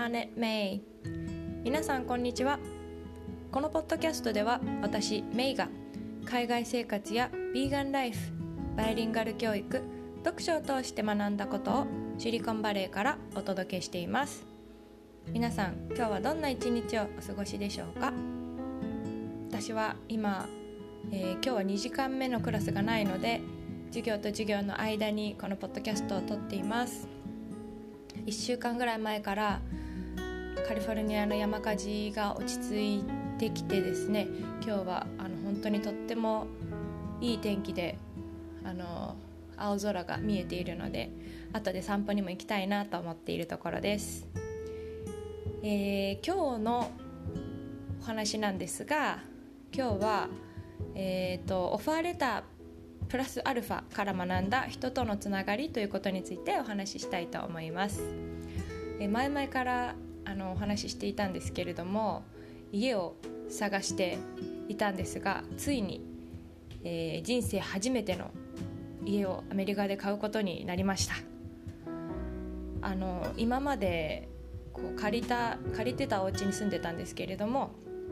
Planet May。 皆さんこんにちは。このポッドキャストでは私メイが海外生活やビーガンライフ、バイリンガル教育、読書を通して学んだことをシリコンバレーからお届けしています。皆さん今日はどんな一日をお過ごしでしょうか。私は今、今日は2時間目のクラスがないので授業と授業の間にこのポッドキャストを撮っています。1週間ぐらい前からカリフォルニアの山火事が落ち着いてきてですね、今日は本当にとってもいい天気で青空が見えているので後で散歩にも行きたいなと思っているところです。今日のお話なんですが、今日は、オファーレタープラスアルファから学んだ人とのつながりということについてお話ししたいと思います。前々からお話ししていたんですけれども、家を探していたんですが、ついに、人生初めての家をアメリカで買うことになりました。今まで借りてたお家に住んでたんですけれども、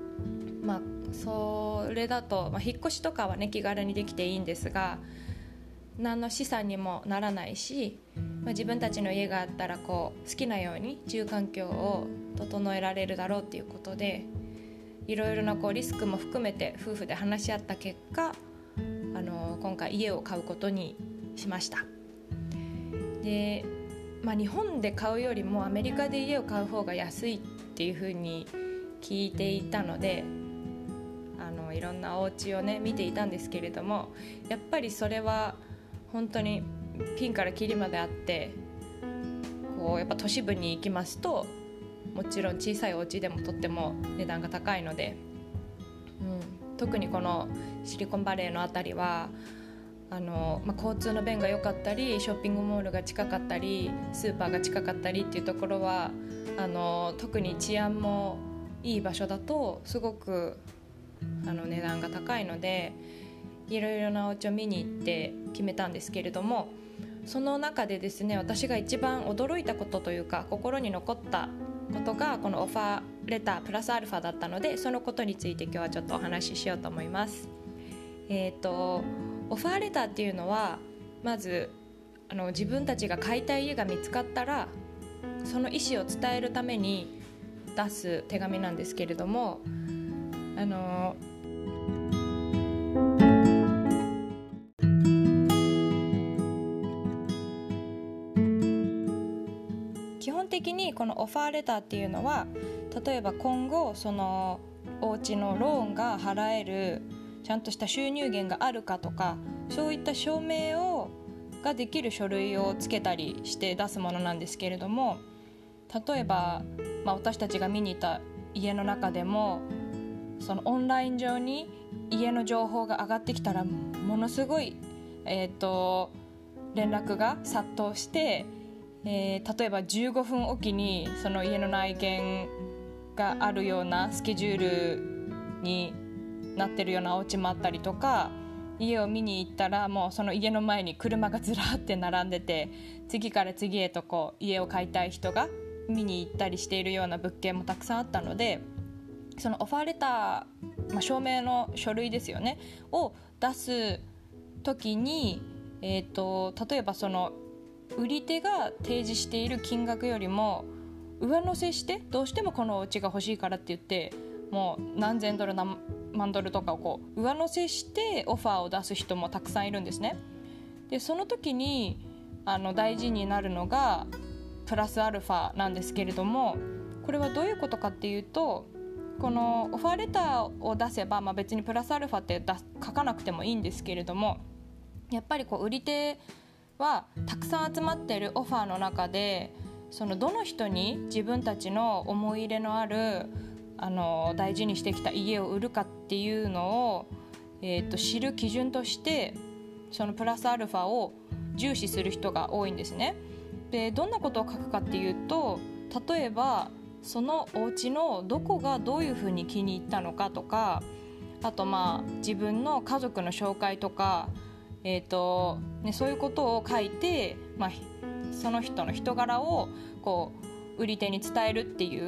それだと、引っ越しとかはね気軽にできていいんですが、何の資産にもならないし、自分たちの家があったら好きなように住環境を整えられるだろうっていうことで、いろいろなリスクも含めて夫婦で話し合った結果、今回家を買うことにしました。で、日本で買うよりもアメリカで家を買う方が安いっていうふうに聞いていたので、いろんなお家をね見ていたんですけれども、やっぱりそれは本当にピンからキリまであって、やっぱ都市部に行きますともちろん小さいお家でもとっても値段が高いので、特にこのシリコンバレーのあたりは交通の便が良かったり、ショッピングモールが近かったり、スーパーが近かったりっていうところは特に治安もいい場所だとすごく値段が高いので、いろいろなお家を見に行って決めたんですけれども、その中でですね、私が一番驚いたことというか心に残ったことがこのオファーレタープラスアルファだったので、そのことについて今日はちょっとお話ししようと思います。オファーレターっていうのは、まず自分たちが買いたい家が見つかったらその意思を伝えるために出す手紙なんですけれども、基本的にこのオファーレターっていうのは、例えば今後そのお家のローンが払えるちゃんとした収入源があるかとか、そういった証明ができる書類をつけたりして出すものなんですけれども、例えば、私たちが見に行った家の中でもそのオンライン上に家の情報が上がってきたらものすごい、連絡が殺到して、例えば15分おきにその家の内見があるようなスケジュールになってるようなお家もあったりとか、家を見に行ったらもうその家の前に車がずらって並んでて、次から次へと家を買いたい人が見に行ったりしているような物件もたくさんあったので、そのオファーレター、証明の書類ですよねを出す時に、例えばその売り手が提示している金額よりも上乗せして、どうしてもこのお家が欲しいからって言ってもう何千ドル何万ドルとかを上乗せしてオファーを出す人もたくさんいるんですね。でその時に大事になるのがプラスアルファなんですけれども、これはどういうことかっていうと、このオファーレターを出せば、別にプラスアルファって書かなくてもいいんですけれども、やっぱり売り手はたくさん集まっているオファーの中で、そのどの人に自分たちの思い入れのある大事にしてきた家を売るかっていうのを、知る基準としてそのプラスアルファを重視する人が多いんですね。でどんなことを書くかっていうと、例えばそのお家のどこがどういうふうに気に入ったのかとか、あと自分の家族の紹介とか、そういうことを書いて、その人の人柄を売り手に伝えるっていう、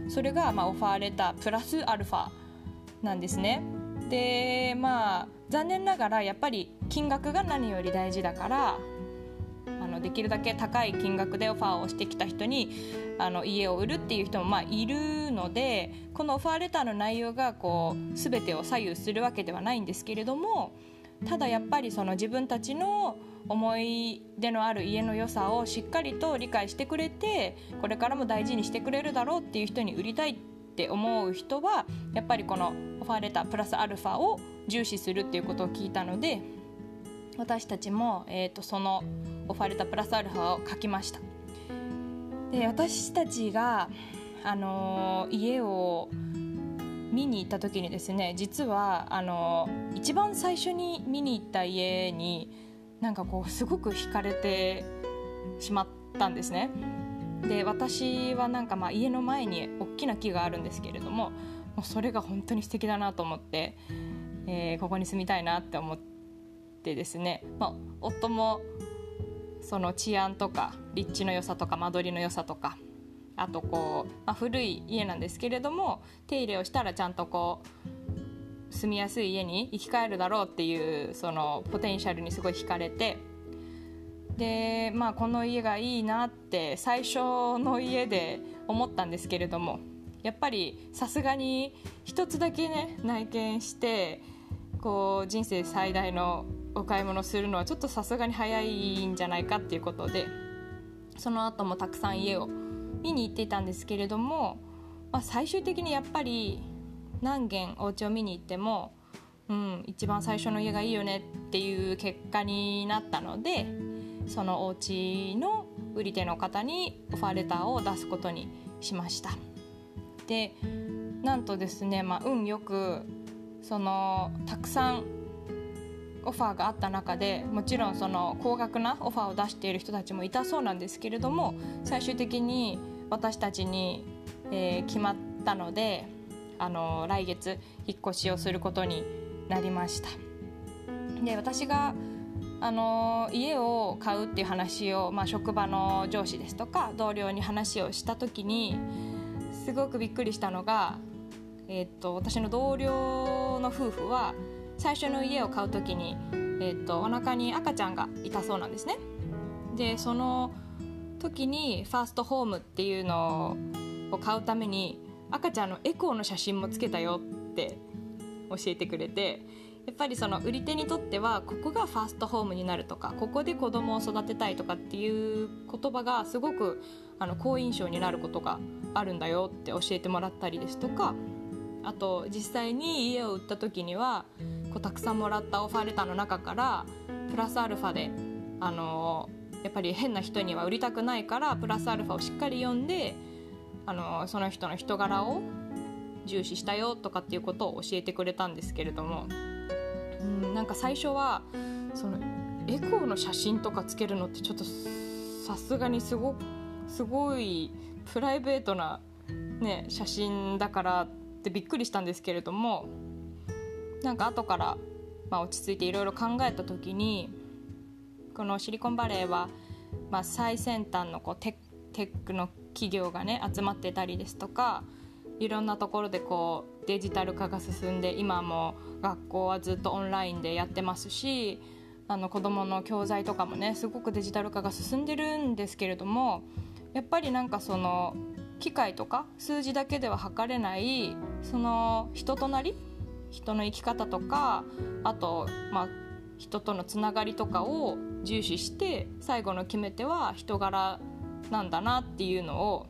それがオファーレタープラスアルファなんですね。で残念ながらやっぱり金額が何より大事だから、できるだけ高い金額でオファーをしてきた人に家を売るっていう人もいるので、このオファーレターの内容が全てを左右するわけではないんですけれども、ただやっぱりその自分たちの思い出のある家の良さをしっかりと理解してくれて、これからも大事にしてくれるだろうっていう人に売りたいって思う人は、やっぱりこのオファーレタープラスアルファを重視するっていうことを聞いたので、私たちも、そのオファーレタープラスアルファを書きました。で、私たちが、家を見に行った時にですね、実は一番最初に見に行った家にすごく惹かれてしまったんですね。で、私は家の前に大きな木があるんですけれども、もうそれが本当に素敵だなと思って、ここに住みたいなって思ってですね、夫もその治安とか立地の良さとか間取りの良さとか、あと古い家なんですけれども手入れをしたらちゃんと住みやすい家に生き返るだろうっていうそのポテンシャルにすごい惹かれて、でこの家がいいなって最初の家で思ったんですけれども、やっぱりさすがに一つだけね内見して人生最大のお買い物するのはちょっとさすがに早いんじゃないかっていうことで、その後もたくさん家を見に行っていたんですけれども、最終的にやっぱり何軒お家を見に行っても、一番最初の家がいいよねっていう結果になったので、そのお家の売り手の方にオファーレターを出すことにしました。で、なんとですね、運よくたくさんオファーがあった中で、もちろんその高額なオファーを出している人たちもいたそうなんですけれども、最終的に私たちに、決まったので、来月引っ越しをすることになりました。で、私が家を買うっていう話を、職場の上司ですとか同僚に話をした時にすごくびっくりしたのが、私の同僚の夫婦は最初の家を買う時に、お腹に赤ちゃんがいたそうなんですね。で、その時にファーストホームっていうのを買うために赤ちゃんのエコーの写真もつけたよって教えてくれて、やっぱりその売り手にとってはここがファーストホームになるとか、ここで子供を育てたいとかっていう言葉がすごく好印象になることがあるんだよって教えてもらったりですとか、あと実際に家を売った時にはたくさんもらったオファーレターの中からプラスアルファでやっぱり変な人には売りたくないからプラスアルファをしっかり読んでその人の人柄を重視したよとかっていうことを教えてくれたんですけれども、最初はそのエコーの写真とかつけるのってちょっとさすがにすごいプライベートな、写真だからってびっくりしたんですけれども、後から、落ち着いていろいろ考えた時に、このシリコンバレーは、最先端のテックの企業がね集まってたりですとか、いろんなところでデジタル化が進んで、今も学校はずっとオンラインでやってますし、子どもの教材とかもねすごくデジタル化が進んでるんですけれども、やっぱりその機械とか数字だけでは測れないその人となり、人の生き方とか、あと、人とのつながりとかを重視して最後の決め手は人柄なんだなっていうのを、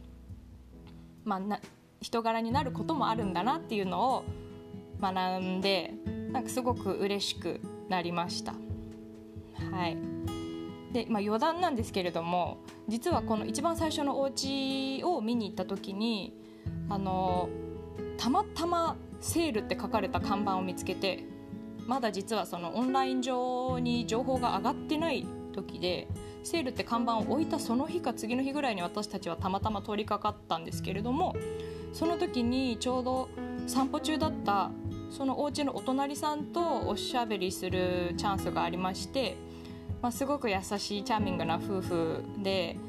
人柄になることもあるんだなっていうのを学んで、すごく嬉しくなりました。はい。で、余談なんですけれども、実はこの一番最初のお家を見に行った時にたまたまセールって書かれた看板を見つけて、まだ実はそのオンライン上に情報が上がってない時で、セールって看板を置いたその日か次の日ぐらいに私たちはたまたま通りかかったんですけれども、その時にちょうど散歩中だったそのお家のお隣さんとおしゃべりするチャンスがありまして、すごく優しいチャーミングな夫婦で、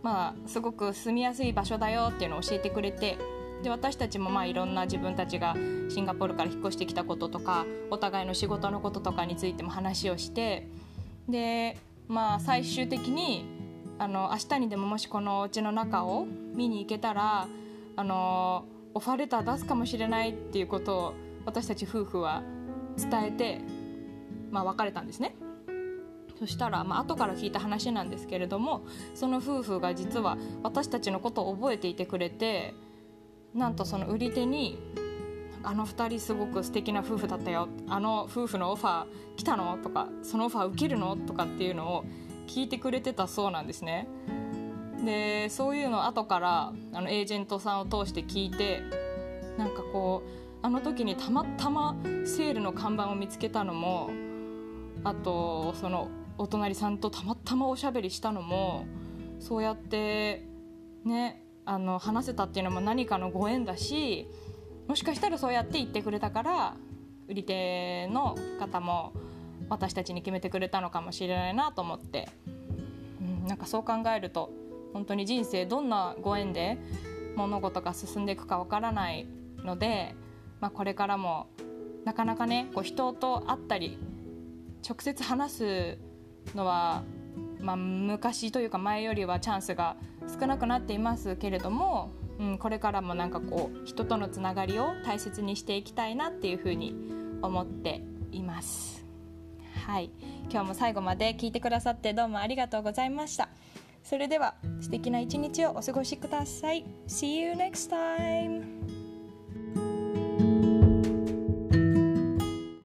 すごく住みやすい場所だよっていうのを教えてくれて、で私たちもいろんな自分たちがシンガポールから引っ越してきたこととか、お互いの仕事のこととかについても話をして、で最終的に明日にでももしこのお家の中を見に行けたらオファーレター出すかもしれないっていうことを私たち夫婦は伝えて、別れたんですね。そしたら、後から聞いた話なんですけれども、その夫婦が実は私たちのことを覚えていてくれて、なんとその売り手にあの2人すごく素敵な夫婦だったよ、あの夫婦のオファー来たのとか、そのオファー受けるのとかっていうのを聞いてくれてたそうなんですね。でそういうのを後からエージェントさんを通して聞いて、なんかあの時にたまたまセールの看板を見つけたのも、あとそのお隣さんとたまたまおしゃべりしたのも、そうやってね話せたっていうのも何かのご縁だし、もしかしたらそうやって言ってくれたから売り手の方も私たちに決めてくれたのかもしれないなと思って、なんかそう考えると本当に人生どんなご縁で物事が進んでいくかわからないので、これからもなかなかね人と会ったり直接話すのは、昔というか前よりはチャンスが少なくなっていますけれども、これからも人とのつながりを大切にしていきたいなっていうふうに思っています。はい、今日も最後まで聞いてくださってどうもありがとうございました。それでは素敵な一日をお過ごしください。See you next time!